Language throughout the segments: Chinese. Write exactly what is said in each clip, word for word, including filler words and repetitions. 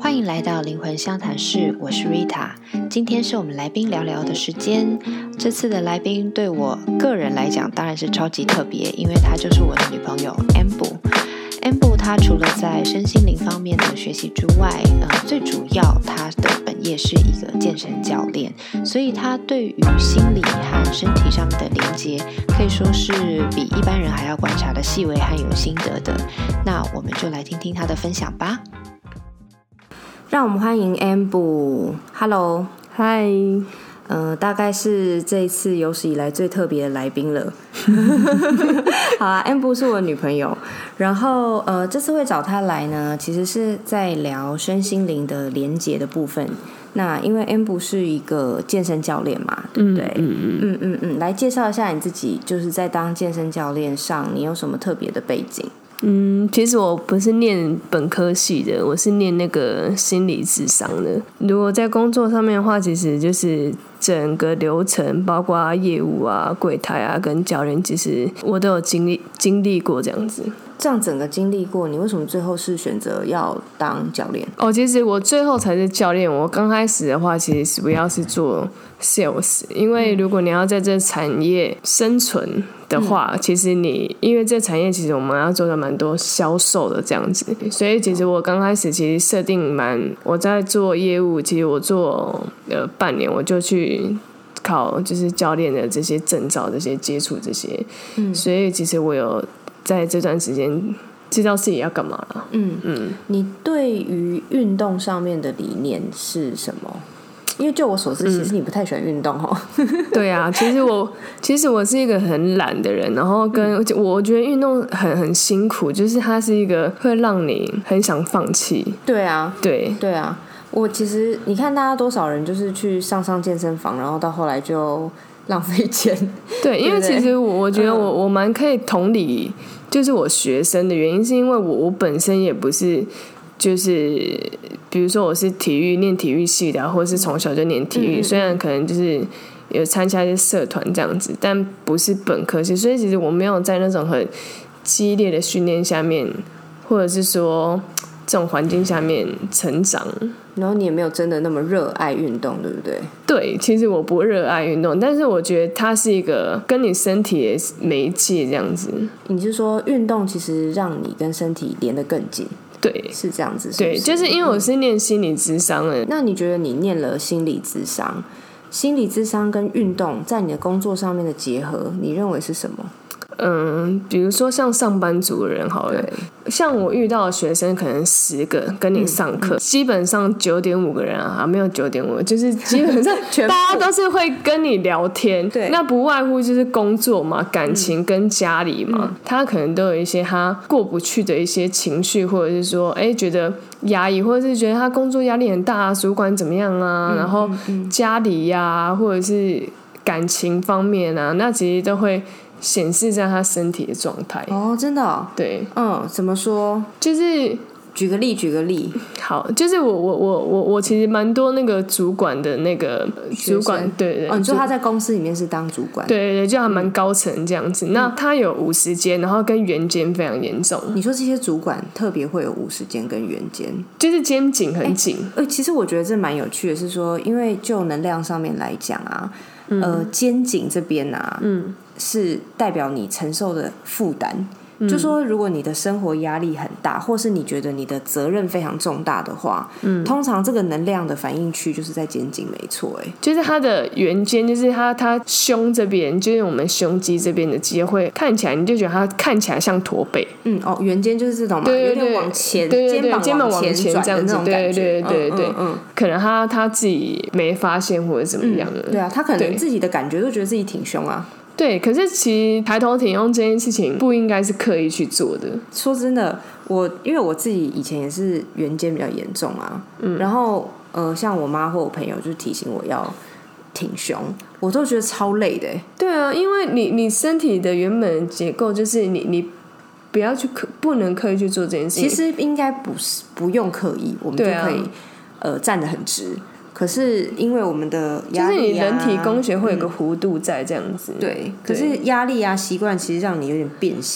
欢迎来到灵魂相谈室，我是 Rita。今天是我们来宾聊聊的时间。这次的来宾对我个人来讲当然是超级特别，因为她就是我的女朋友 Amber。Amber 她除了在身心灵方面的学习之外，呃，最主要她的本业是一个健身教练，所以她对于心理和身体上面的连接，可以说是比一般人还要观察的细微和有心得的。那我们就来听听她的分享吧。让我们欢迎 Amber。Hello， 嗨， 呃，大概是这一次有史以来最特别的来宾了。好啦 ，Amber 是我的女朋友，然后呃，这次会找她来呢，其实是在聊身心灵的连结的部分。那因为 Amber 是一个健身教练嘛，对不对？嗯嗯嗯嗯嗯，来介绍一下你自己，就是在当健身教练上，你有什么特别的背景？ 嗯，其实我不是念本科系的，我是念那个心理咨商的。如果在工作上面的话，其实就是整个流程，包括业务啊、柜台啊跟教练，其实我都有经历经历过这样子。 这样整个经历过，你为什么最后是选择要当教练？ 哦，其实我最后才是教练。我刚开始的话，其实主要是做 sales， 因为如果你要在这产业生存的话，嗯、其实你因为这产业其实我们要做的蛮多销售的这样子，所以其实我刚开始其实设定蛮，我在做业务，其实我做呃半年我就去考就是教练的这些证照，这些接触这些，嗯，所以其实我有在这段时间知道自己要干嘛了。 嗯嗯，你对于运动上面的理念是什么？因为就我所知，其实你不太喜欢运动哦。 对啊，其实我其实我是一个很懒的人，然后跟、嗯、我觉得运动很很辛苦，就是它是一个会让你很想放弃。 对啊， 对对啊，我其实你看，大家多少人就是去上上健身房，然后到后来就浪费钱。 对，因为其实我我觉得我、嗯、我蛮可以同理，就是我学生的原因，是因为我我本身也不是。就是比如说我是体育念体育系的、啊，或者是从小就念体育、嗯、虽然可能就是有参加一些社团这样子，但不是本科系，所以其实我没有在那种很激烈的训练下面，或者是说这种环境下面成长， 然后你也没有真的那么热爱运动，对不对？ 对，其实我不热爱运动，但是我觉得它是一个跟你身体的媒介这样子。 你是说运动其实让你跟身体连得更近？ 对， 是这样子是不是？ 对，就是因为我是念心理咨商的、嗯。 那你觉得你念了心理咨商，心理咨商跟运动在你的工作上面的结合，你认为是什么？ 嗯，比如说像上班族的人好了，像我遇到的学生可能十个跟你上课、嗯嗯，基本上九点五个人啊，没有九点五，就是基本上大家都是会跟你聊天。对，那不外乎就是工作嘛、感情跟家里嘛、嗯，他可能都有一些他过不去的一些情绪，或者是说，哎，觉得压抑，或者是觉得他工作压力很大啊，主管怎么样啊，嗯、然后家里呀、啊，或者是感情方面啊，那其实都会显示在他身体的状态。 哦，真的、哦？ 对， 嗯，怎么说？ 就是举个例，举个例。 好，就是我我我我我其实蛮多那个主管的那个主管，对对。 哦，你说他在公司里面是当主管？ 对对对，就还蛮高层这样子。嗯、那他有五十间，然后跟圆肩非常严重。 你说这些主管特别会有五十间跟圆肩， 就是肩颈很紧。 呃，其实我觉得这蛮有趣的，是说，因为就能量上面来讲啊，嗯、呃，肩颈这边啊，嗯。是代表你承受的负担、嗯、就说如果你的生活压力很大，或是你觉得你的责任非常重大的话、嗯、通常这个能量的反应区就是在肩颈，没错， 就是它的圆肩，就是它它胸这边，就是我们胸肌这边的肌肉会看起来，你就觉得它看起来像驼背。 嗯哦，圆肩就是这种嘛，对对对，有点往前， 对对对，肩膀往前转的那种感觉， 对对对对对、嗯嗯嗯、可能他他自己没发现或者怎么样的、 嗯、对啊，他可能自己的感觉都觉得自己挺凶啊。 对，可是其实抬头挺胸这件事情不应该是刻意去做的。 说真的，我因为我自己以前也是圆肩比较严重啊，嗯，然后呃，像我妈或我朋友就提醒我要挺胸，我都觉得超累的。 对啊，因为你你身体的原本结构就是你你不要去刻不能刻意去做这件事情。 其实应该不是不用刻意，我们就可以、啊、呃站得很直。可是因为我们的压力、啊、 就是你人体工学会有个弧度在这样子、 嗯、对，可是压力啊习惯其实让你有点变形。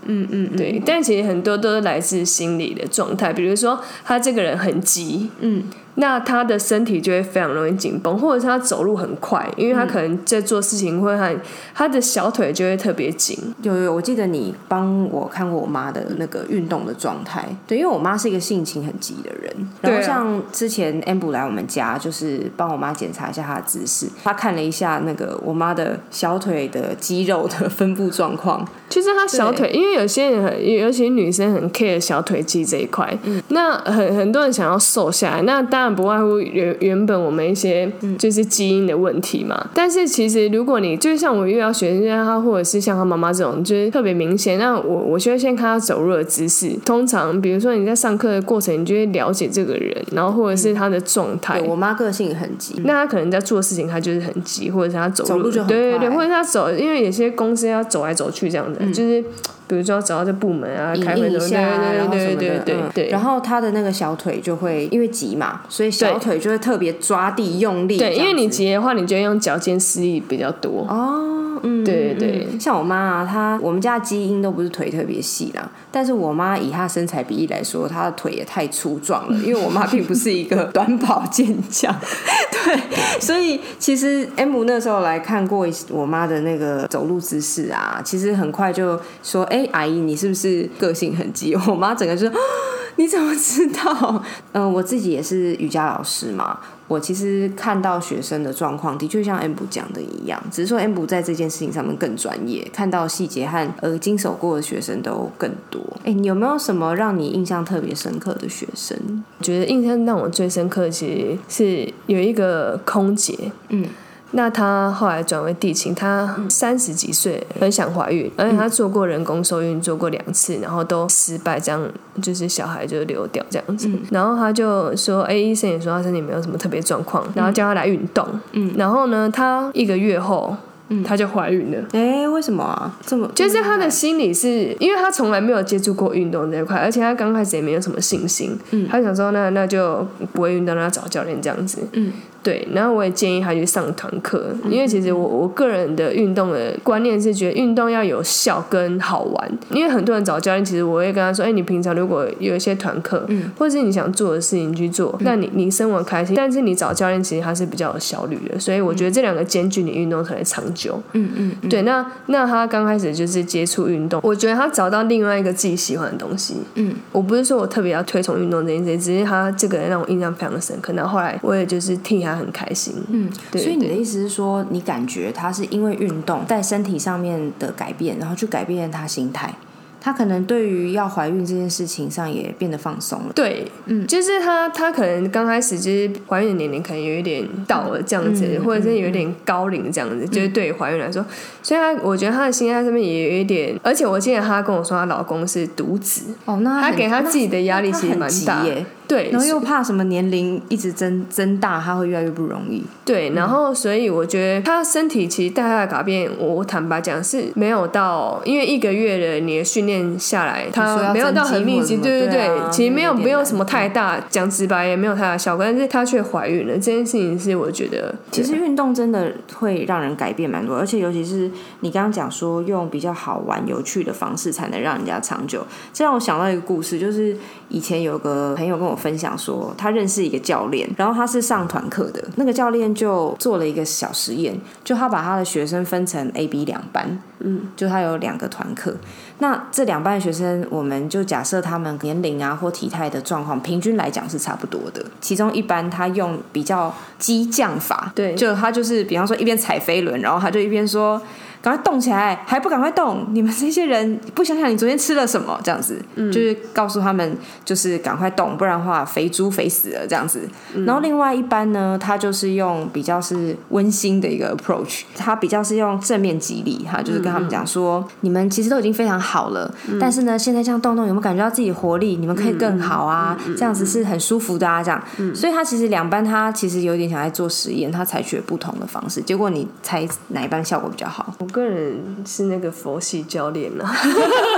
嗯嗯，对。但其实很多都是来自心理的状态，比如说他这个人很急，嗯。那他的身体就会非常容易紧绷，或者是他走路很快，因为他可能在做事情会很，他的小腿就会特别紧。 有有，我记得你帮我看过我妈的那个运动的状态，对，因为我妈是一个性情很急的人，然后像之前 Amber 来我们家，就是帮我妈检查一下她的姿势，她看了一下那个我妈的小腿的肌肉的分布状况。 其实她小腿，因为有些人很，尤其女生很 care 小腿肌这一块，嗯，那很很多人想要瘦下来，那当然不外乎原原本我们一些就是基因的问题嘛。嗯、但是其实如果你就像我遇到学生他或者是像他妈妈这种就是特别明显，那我我就会先看他走路的姿势。通常比如说你在上课的过程，你就会了解这个人，然后或者是他的状态。 对，我妈个性很急， 那他可能在做事情他就是很急，或者是他走路走路就很快， 对对对，或者是他走，因为有些公司要走来走去这样子。嗯、就是比如说找到这部门啊，开会一下啊，然后什么的， 对对对。 然后他的那个小腿就会因为急嘛，所以小腿就会特别抓地用力。 对，因为你急的话，你就会用脚尖施力比较多。 哦，嗯， 对对对。 像我妈啊，她我们家的基因都不是腿特别细啦，但是我妈以她身材比例来说，她的腿也太粗壮了，因为我妈并不是一个短跑健将。对，所以其实 M 那时候来看过我妈的那个走路姿势啊，其实很快就说：“哎、欸，阿姨，你是不是个性很急？”我妈整个就说：“你怎么知道？”嗯、呃，我自己也是瑜伽老师嘛。我其实看到学生的状况的确像 Amber 讲的一样，只是说 Amber 在这件事情上面更专业，看到细节和呃经手过的学生都更多。哎，你有没有什么让你印象特别深刻的学生？ 我觉得印象让我最深刻的其实是有一个空姐，嗯。那她后来转为地勤，她三十几岁很想怀孕，而且她做过人工受孕，做过两次，然后都失败，这样就是小孩就流掉这样子。嗯、然后她就说：“哎，医生也说她身体没有什么特别状况，然后叫她来运动。嗯”然后呢，她一个月后。嗯，她就怀孕了。 哎，为什么啊？这么就是她的心理是，因为她从来没有接触过运动这一块，而且她刚开始也没有什么信心。嗯，她想说那那就不会运动，那找教练这样子。嗯，对。然后我也建议她去上团课，因为其实我我个人的运动的观念是觉得运动要有效跟好玩。因为很多人找教练，其实我会跟他说：“哎，你平常如果有一些团课，嗯，或者是你想做的事情去做，那你你生活开心。但是你找教练，其实他是比较有效率的。所以我觉得这两个兼具，你运动才会长久。”嗯嗯嗯，对，那那他刚开始就是接触运动，我觉得他找到另外一个自己喜欢的东西。嗯，我不是说我特别要推崇运动这件事，只是他这个人让我印象非常的深刻。然后后来我也就是替他很开心。 嗯，对，所以你的意思是说，你感觉他是因为运动在身体上面的改变，然后去改变他心态。她可能对于要怀孕这件事情上也变得放松了。 对，嗯，就是她她可能刚开始就是怀孕的年龄可能有一点到了这样子，嗯、或者是有一点高龄这样子，嗯、就是对于怀孕来说，所以她我觉得她的心态上面也有一点，而且我记得她跟我说她老公是独子， 哦，那她给她自己的压力其实蛮大耶。对， 然后又怕什么年龄一直增增大，他会越来越不容易。 对，然后所以我觉得他身体其实带他的改变，我坦白讲是没有到，因为一个月的你的训练下来，他没有到很密集，对对对，对啊、其实没有没有什么太大，讲直白也没有太大效果，但是他却怀孕了，这件事情是我觉得， 其实运动真的会让人改变蛮多，而且尤其是你刚刚讲说用比较好玩有趣的方式才能让人家长久，这让我想到一个故事，就是以前有个朋友跟我分享说，他认识一个教练，然后他是上团课的，那个教练就做了一个小实验，就他把他的学生分成 A、B 两班，嗯，就他有两个团课，那这两班的学生，我们就假设他们年龄啊或体态的状况，平均来讲是差不多的。其中一班他用比较激将法， 对， 就他就是比方说一边踩飞轮，然后他就一边说。赶快动起来，还不赶快动？你们这些人不想想你昨天吃了什么？这样子，嗯、就是告诉他们，就是赶快动，不然的话肥猪肥死了这样子。嗯、然后另外一班呢，他就是用比较是温馨的一个 approach， 他比较是用正面激励，哈，就是跟他们讲说，嗯、你们其实都已经非常好了，嗯、但是呢，现在这样动动，有没有感觉到自己活力？你们可以更好啊，嗯、这样子是很舒服的啊，这样。嗯、所以他其实两班他其实有点想在做实验，他采取了不同的方式，结果你猜哪一班效果比较好？ 我个人是那个佛系教练啦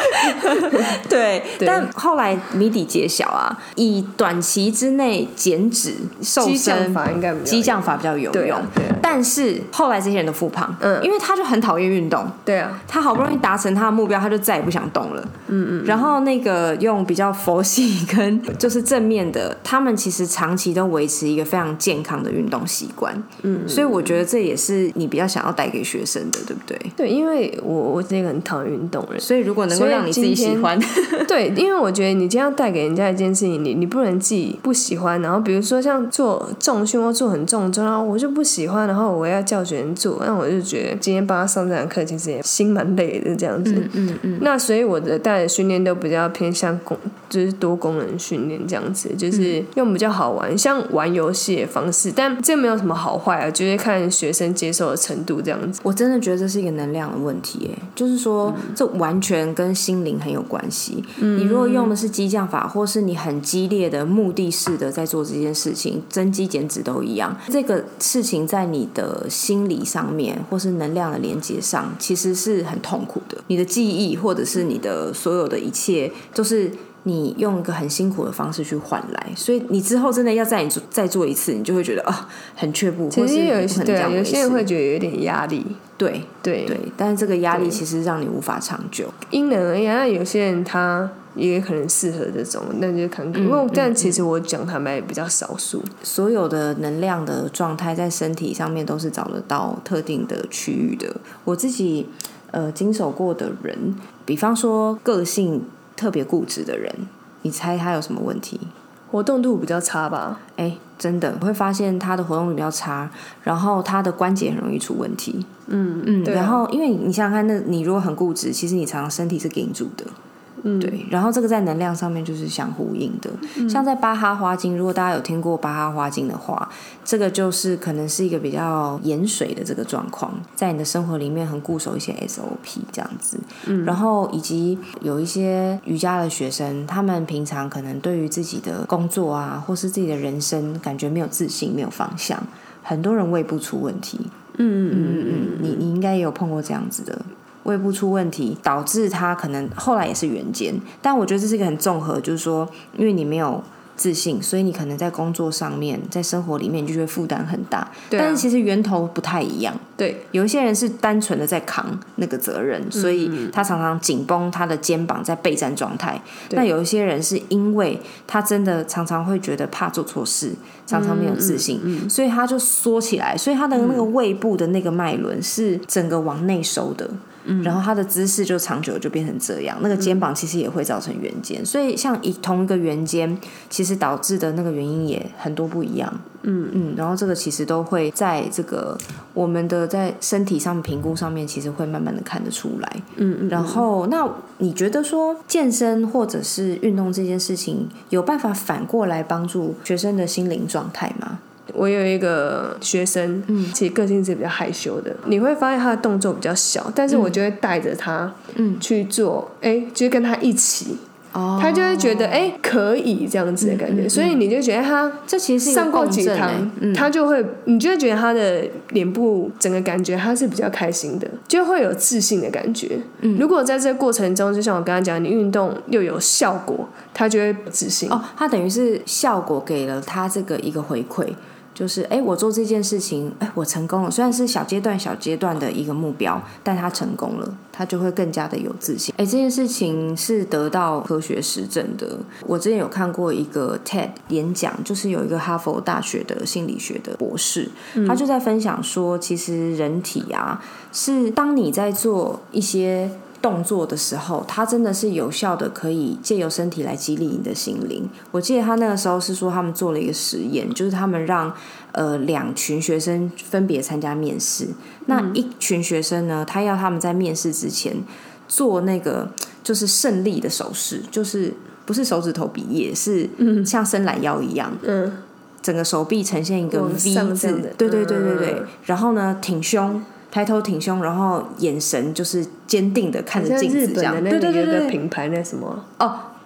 对，但后来谜底揭晓啊，以短期之内减脂瘦身，激将法应该激将法比较有用。 对啊对啊， 但是后来这些人都复胖，嗯，因为他就很讨厌运动。 对啊， 他好不容易达成他的目标，他就再也不想动了。嗯嗯。然后那个用比较佛系跟就是正面的，他们其实长期都维持一个非常健康的运动习惯。嗯，所以我觉得这也是你比较想要带给学生的，对不对？ 对，因为我我是一个很讨厌运动人， 所以如果能够让你自己喜欢， 对，因为我觉得你今天要带给人家一件事情，你你不能自己不喜欢，然后比如说像做重训或做很重的重，然后我就不喜欢，然后我要叫学生做，那我就觉得今天帮他上这堂课，其实也心蛮累的这样子。嗯嗯嗯。那所以我的带的训练都比较偏向功，就是多功能训练这样子，就是用比较好玩，像玩游戏的方式，但这没有什么好坏啊，就是看学生接受的程度这样子。 我真的觉得这是一个能量的问题耶，就是说、嗯、这完全跟心灵很有关系。嗯、你如果用的是激将法，或是你很激烈的目的式的在做这件事情，增肌减脂都一样，这个事情在你的心理上面或是能量的连接上其实是很痛苦的，你的记忆或者是你的所有的一切都是你用一个很辛苦的方式去换来，所以你之后真的要再你再做一次，你就会觉得啊很却步， 其实有或是对、啊、有些人会觉得有点压力， 对对对，但是这个压力其实让你无法长久， 因人而异。那有些人他也可能适合这种，那就看看。因为但其实我讲坦白也比较少数。 所有的能量的状态在身体上面都是找得到特定的区域的。我自己呃经手过的人，比方说个性特别固执的人，你猜他有什么问题？ 活动度比较差吧？ 哎，真的，你会发现他的活动度比较差，然后他的关节很容易出问题。嗯嗯，对啊、然后因为你想想看，那你如果很固执，其实你常常身体是顶住的。嗯，对，然后这个在能量上面就是相呼应的、嗯、像在巴哈花精，如果大家有听过巴哈花精的话，这个就是可能是一个比较盐水的这个状况，在你的生活里面很固守一些 S O P 这样子、嗯、然后以及有一些瑜伽的学生，他们平常可能对于自己的工作啊或是自己的人生感觉没有自信没有方向，很多人胃部出问题。嗯嗯嗯嗯，你你应该也有碰过这样子的胃部出问题，导致他可能后来也是圆肩，但我觉得这是一个很综合，就是说因为你没有自信，所以你可能在工作上面在生活里面你就觉得负担很大、啊、但是其实源头不太一样。 对， 有一些人是单纯的在扛那个责任，所以他常常紧绷他的肩膀在备战状态。那有一些人是因为他真的常常会觉得怕做错事，常常没有自信、嗯嗯嗯、所以他就缩起来，所以他的那个胃部的那个脉轮是整个往内收的，然后他的姿势就长久就变成这样，那个肩膀其实也会造成圆肩，所以像以同一个圆肩其实导致的那个原因也很多不一样。嗯嗯，然后这个其实都会在这个我们的在身体上评估上面其实会慢慢的看得出来。嗯嗯，然后那你觉得说健身或者是运动这件事情有办法反过来帮助学生的心灵状态吗？ 我有一个学生，嗯，其实个性是比较害羞的，你会发现他的动作比较小，但是我就会带着他，嗯，去做，哎、嗯，就是跟他一起，哦，他就会觉得，哎，可以这样子的感觉，嗯嗯嗯、所以你就觉得他这其实是上过几堂， 嗯、 他就会，你就会觉得他的脸部整个感觉他是比较开心的，就会有自信的感觉。嗯，如果在这个过程中，就像我刚刚讲，你运动又有效果，他就会自信。 哦，他等于是效果给了他这个一个回馈。就是哎，我做这件事情，哎，我成功了。虽然是小阶段、小阶段的一个目标，但他成功了，他就会更加的有自信。哎，这件事情是得到科学实证的。我之前有看过一个 T E D 演讲，就是有一个哈佛大学的心理学的博士，嗯、他就在分享说，其实人体啊，是当你在做一些动作的时候，它真的是有效的，可以借由身体来激励你的心灵。我记得他那个时候是说，他们做了一个实验，就是他们让呃两群学生分别参加面试。那一群学生呢，他要他们在面试之前做那个就是胜利的手势，就是不是手指头比耶，是像伸懒腰一样。嗯，整个手臂呈现一个 V 字，对对对对对。嗯、然后呢，挺胸。抬头挺胸，然后眼神就是坚定的看着镜子，这样。 日本的那个有个品牌那什么哦，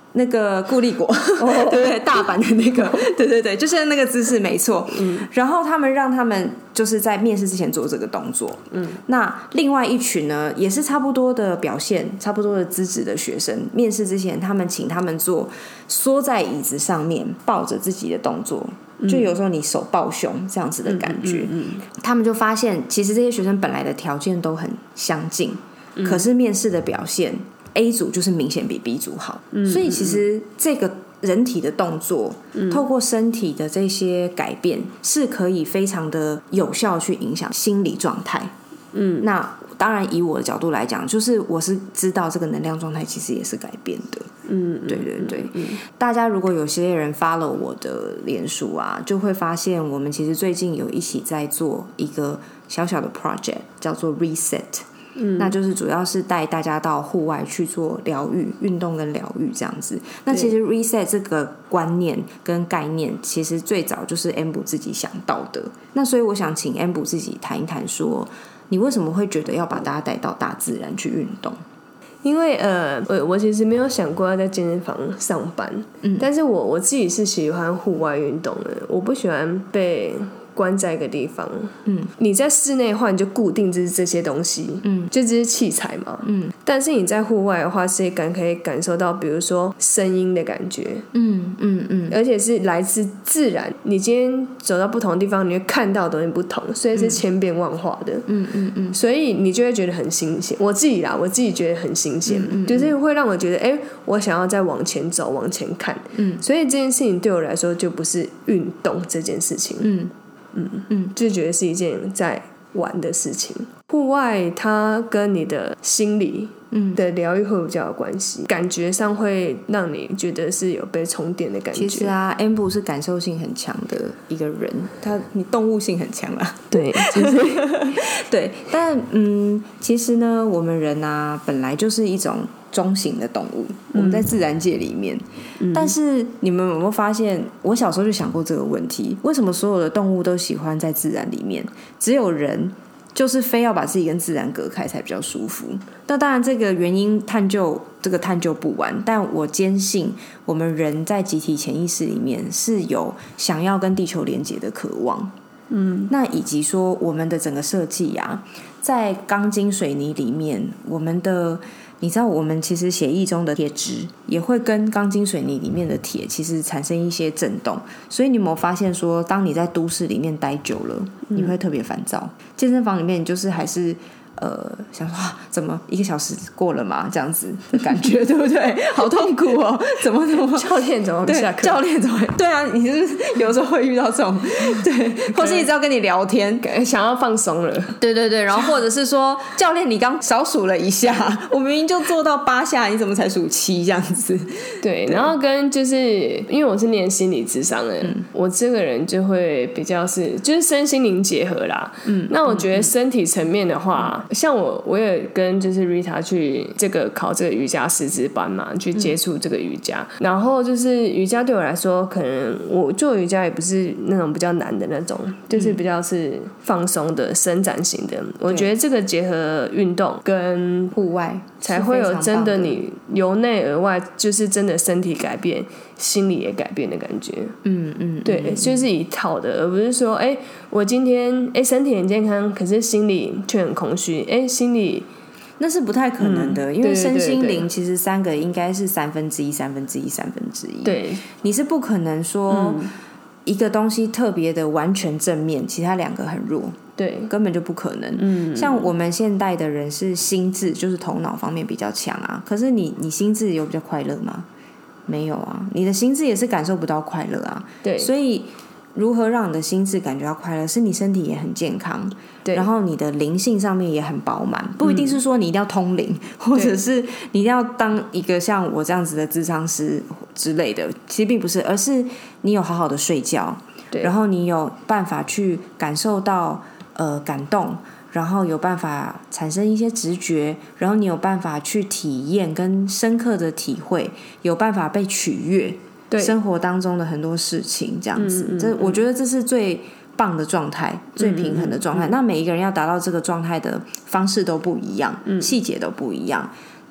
那个固力果，对不对？大阪的那个，对对对，就是那个姿势，没错。嗯，然后他们让他们就是在面试之前做这个动作。嗯，那另外一群呢，也是差不多的表现，差不多的资质的学生，面试之前，他们请他们做缩在椅子上面抱着自己的动作。就有时候你手抱胸这样子的感觉，嗯嗯嗯嗯、他们就发现，其实这些学生本来的条件都很相近，嗯、可是面试的表现 ，A 组就是明显比 B 组好。嗯、所以其实这个人体的动作，嗯、透过身体的这些改变，是可以非常的有效去影响心理状态。嗯，那当然以我的角度来讲，就是我是知道这个能量状态其实也是改变的。嗯，对对对，嗯、大家如果有些人 follow 我的脸书啊，就会发现我们其实最近有一起在做一个小小的 project， 叫做 Reset。嗯，那就是主要是带大家到户外去做疗愈、运动跟疗愈这样子。那其实 Reset 这个观念跟概念，其实最早就是 Amber 自己想到的。那所以我想请 Amber 自己谈一谈说，你为什么会觉得要把大家带到大自然去运动？ 因为呃，我我其实没有想过要在健身房上班，嗯，但是我我自己是喜欢户外运动的，我不喜欢被关在一个地方。嗯，你在室内的话，你就固定就是这些东西，嗯，就这些器材嘛，嗯，但是你在户外的话，是感可以感受到，比如说声音的感觉，嗯嗯嗯，而且是来自自然。你今天走到不同的地方，你会看到的东西不同，所以是千变万化的，嗯嗯嗯，所以你就会觉得很新鲜。我自己啦，我自己觉得很新鲜，嗯嗯嗯，就是会让我觉得，哎、欸，我想要再往前走，往前看，嗯，所以这件事情对我来说就不是运动这件事情，嗯。嗯嗯，就觉得是一件在玩的事情。户外它跟你的心理的疗愈会比较有关系，感觉上会让你觉得是有被充电的感觉。 其实啊 Amber 是感受性很强的一个人，他你动物性很强啦。 对，其实对，但嗯，其实呢，我们人啊本来就是一种中型的动物，我们在自然界里面、嗯、但是你们有没有发现，我小时候就想过这个问题，为什么所有的动物都喜欢在自然里面，只有人就是非要把自己跟自然隔开才比较舒服？那当然这个原因探究这个探究不完，但我坚信我们人在集体潜意识里面是有想要跟地球连结的渴望。嗯，那以及说我们的整个设计啊，在钢筋水泥里面，我们的你知道我们其实血液中的铁质也会跟钢筋水泥里面的铁其实产生一些震动，所以你有没有发现说，当你在都市里面待久了，你会特别烦躁、嗯、健身房里面就是还是呃，想说、啊、怎么一个小时过了嘛，这样子的感觉对不对？好痛苦哦，怎么怎么教练怎么不下课？ 教练怎么对啊？你是不是有时候会遇到这种对，或是一直要跟你聊天， 想要放松了？ 对对对，然后或者是说教练你刚少数了一下，我明明就做到八下，你怎么才数七这样子？ 对，然后跟就是因为我是念心理咨商的、嗯，我这个人就会比较是就是身心灵结合啦。嗯，那我觉得身体层面的话。嗯，像我我也跟就是 Rita 去这个考这个瑜伽师资班嘛，去接触这个瑜伽、嗯、然后就是瑜伽对我来说，可能我做瑜伽也不是那种比较难的那种，就是比较是放松的伸展型的、嗯、我觉得这个结合运动跟户外才会有真的你由内而外就是真的身体改变心理也改变的感觉。嗯嗯，对，就是一套的，而不是说哎，我今天哎身体很健康，可是心里却很空虚。哎，心里那是不太可能的、嗯、因为身心灵其实三个应该是三分之一三分之一三分之一。 对， 你是不可能说一个东西特别的完全正面，其他两个很弱。 对， 根本就不可能。嗯，像我们现代的人是心智就是头脑方面比较强啊，可是你你心智有比较快乐吗？没有啊，你的心智也是感受不到快乐啊。对，所以如何让你的心智感觉到快乐，是你身体也很健康，对，然后你的灵性上面也很饱满，不一定是说你一定要通灵、嗯、或者是你一定要当一个像我这样子的咨商师之类的，其实并不是，而是你有好好的睡觉，对，然后你有办法去感受到呃感动，然后有办法产生一些直觉，然后你有办法去体验跟深刻的体会，有办法被取悦对生活当中的很多事情，这样子、嗯嗯嗯、这我觉得这是最棒的状态，最平衡的状态、嗯嗯嗯、那每一个人要达到这个状态的方式都不一样、嗯、细节都不一样，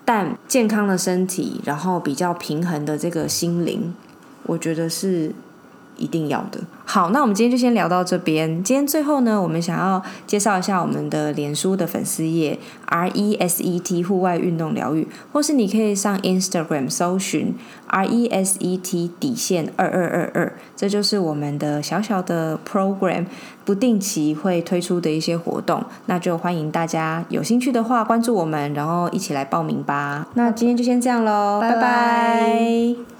但健康的身体，然后比较平衡的这个心灵，我觉得是一定要的。好，那我们今天就先聊到这边。今天最后呢，我们想要介绍一下我们的脸书的粉丝页 R E S E T 户外运动疗愈，或是你可以上 Instagram 搜寻 R E S E T 底线二二二二，这就是我们的小小的 program， 不定期会推出的一些活动，那就欢迎大家有兴趣的话关注我们，然后一起来报名吧。那今天就先这样咯，拜拜。